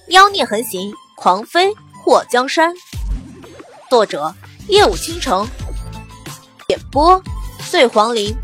妖孽横行，狂飞祸江山。作者：夜舞倾城，演播：醉黄林。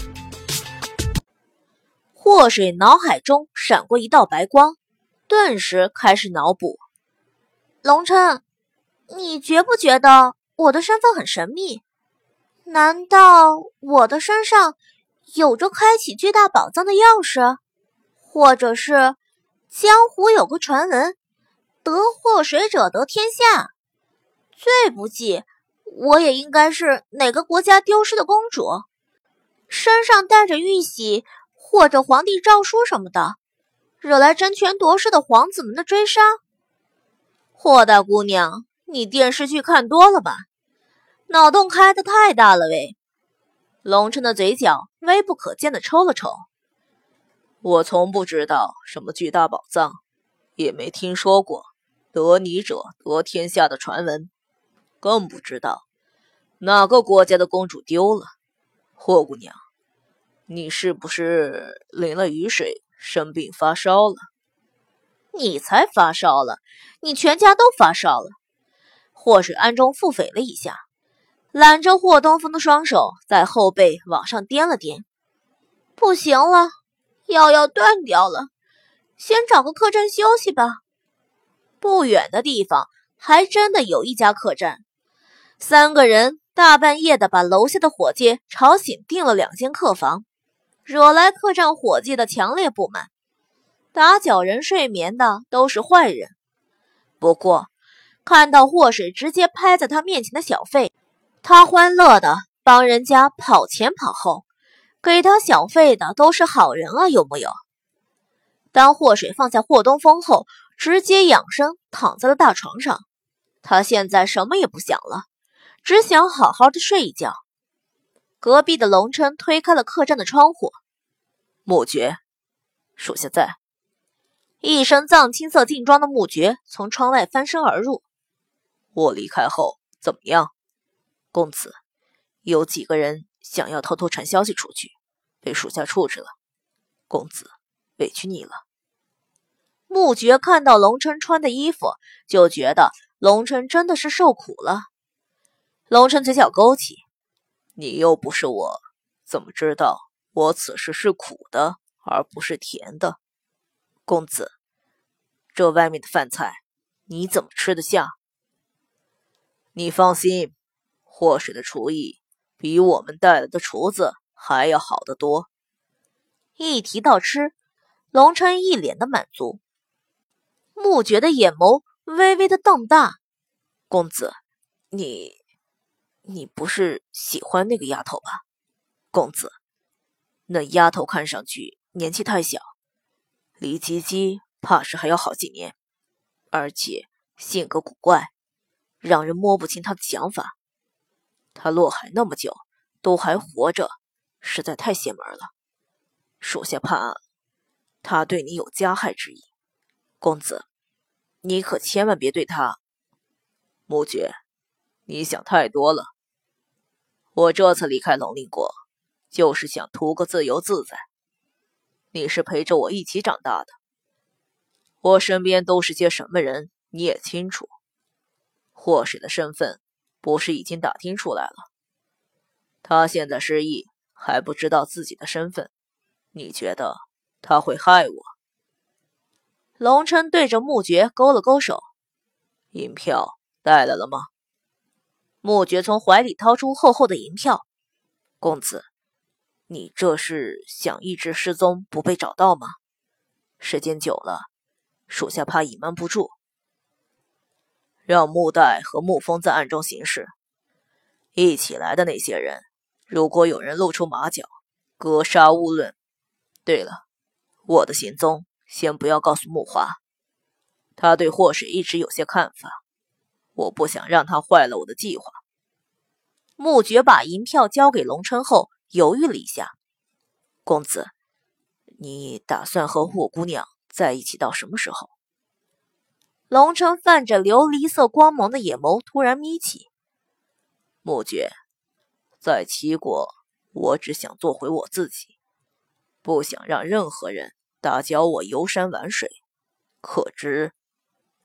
祸水脑海中闪过一道白光，顿时开始脑补。龙琛，你觉不觉得我的身份很神秘？难道我的身上有着开启巨大宝藏的钥匙？或者是江湖有个传闻，得祸水者得天下？最不济我也应该是哪个国家丢失的公主，身上带着玉玺或者皇帝诏书什么的，惹来争权夺势的皇子们的追杀。霍大姑娘，你电视剧看多了吧？脑洞开得太大了喂！龙琛的嘴角微不可见地抽了抽。 我从不知道什么巨大宝藏，也没听说过得你者得天下的传闻，更不知道哪个国家的公主丢了。霍姑娘，你是不是淋了雨水生病发烧了？ 你才发烧了，你全家都发烧了。霍水暗中腹诽了一下，揽着霍东风的双手在后背往上掂了掂。不行了，药要断掉了，先找个客栈休息吧。不远的地方还真的有一家客栈，三个人大半夜的把楼下的伙计吵醒，订了2间客房，惹来客栈伙计的强烈不满。打搅人睡眠的都是坏人。不过看到祸水直接拍在他面前的小费，他欢乐的帮人家跑前跑后，给他小费的都是好人啊，有木有？当祸水放下霍东风后，直接仰身躺在了大床上。他现在什么也不想了，只想好好的睡一觉。隔壁的龙琛推开了客栈的窗户。 穆爵，属下在。 一身藏青色劲装的穆爵从窗外翻身而入。 我离开后怎么样？公子，有几个人想要偷偷传消息出去，被属下处置了。公子，委屈你了。 穆爵看到龙琛穿的衣服，就觉得龙琛真的是受苦了。龙琛嘴角勾起， 你又不是我，怎么知道我此时是苦的而不是甜的？公子，这外面的饭菜你怎么吃得下？你放心，祸水的厨艺比我们带来的厨子还要好得多。 一提到吃，龙琛一脸的满足。穆爵的眼眸微微的瞪大。 公子，你不是喜欢那个丫头吧？公子，那丫头看上去年纪太小，离吉吉怕是还要好几年，而且性格古怪，让人摸不清她的想法。她落海那么久都还活着，实在太邪门了。属下怕她对你有加害之意。公子，你可千万别对她。穆爵，你想太多了。我这次离开龙陵国，就是想图个自由自在。你是陪着我一起长大的，我身边都是些什么人，你也清楚。祸水的身份不是已经打听出来了？他现在失忆，还不知道自己的身份，你觉得他会害我？ 龙琛对着穆爵勾了勾手。 银票带来了吗？ 穆爵从怀里掏出厚厚的银票。 公子，你这是想一直失踪不被找到吗？时间久了，属下怕隐瞒不住。让穆代和穆风在暗中行事，一起来的那些人，如果有人露出马脚，格杀勿论。对了，我的行踪先不要告诉穆华，他对祸水一直有些看法，我不想让他坏了我的计划。 穆爵把银票交给龙琛后，犹豫了一下。 公子，你打算和霍姑娘在一起到什么时候？ 龙琛泛着琉璃色光芒的眼眸突然眯起。 穆爵，在齐国，我只想做回我自己，不想让任何人打搅我游山玩水，可知？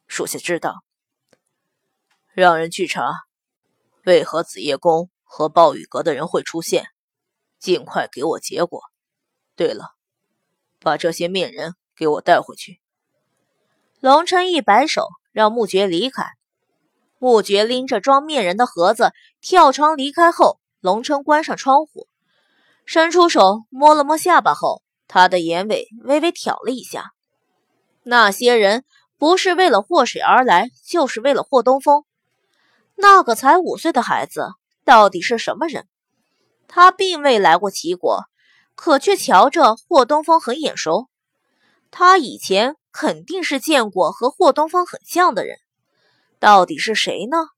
属下知道。让人去查，为何紫夜宫和暴雨阁的人会出现，尽快给我结果。对了，把这些面人给我带回去。 龙琛一摆手，让穆爵离开。穆爵拎着装面人的盒子跳窗离开后，龙琛关上窗户，伸出手摸了摸下巴后，他的眼尾微微挑了一下。那些人不是为了祸水而来，就是为了霍东风。那个才5岁的孩子到底是什么人？他并未来过齐国，可却瞧着霍东风很眼熟。他以前肯定是见过和霍东风很像的人，到底是谁呢？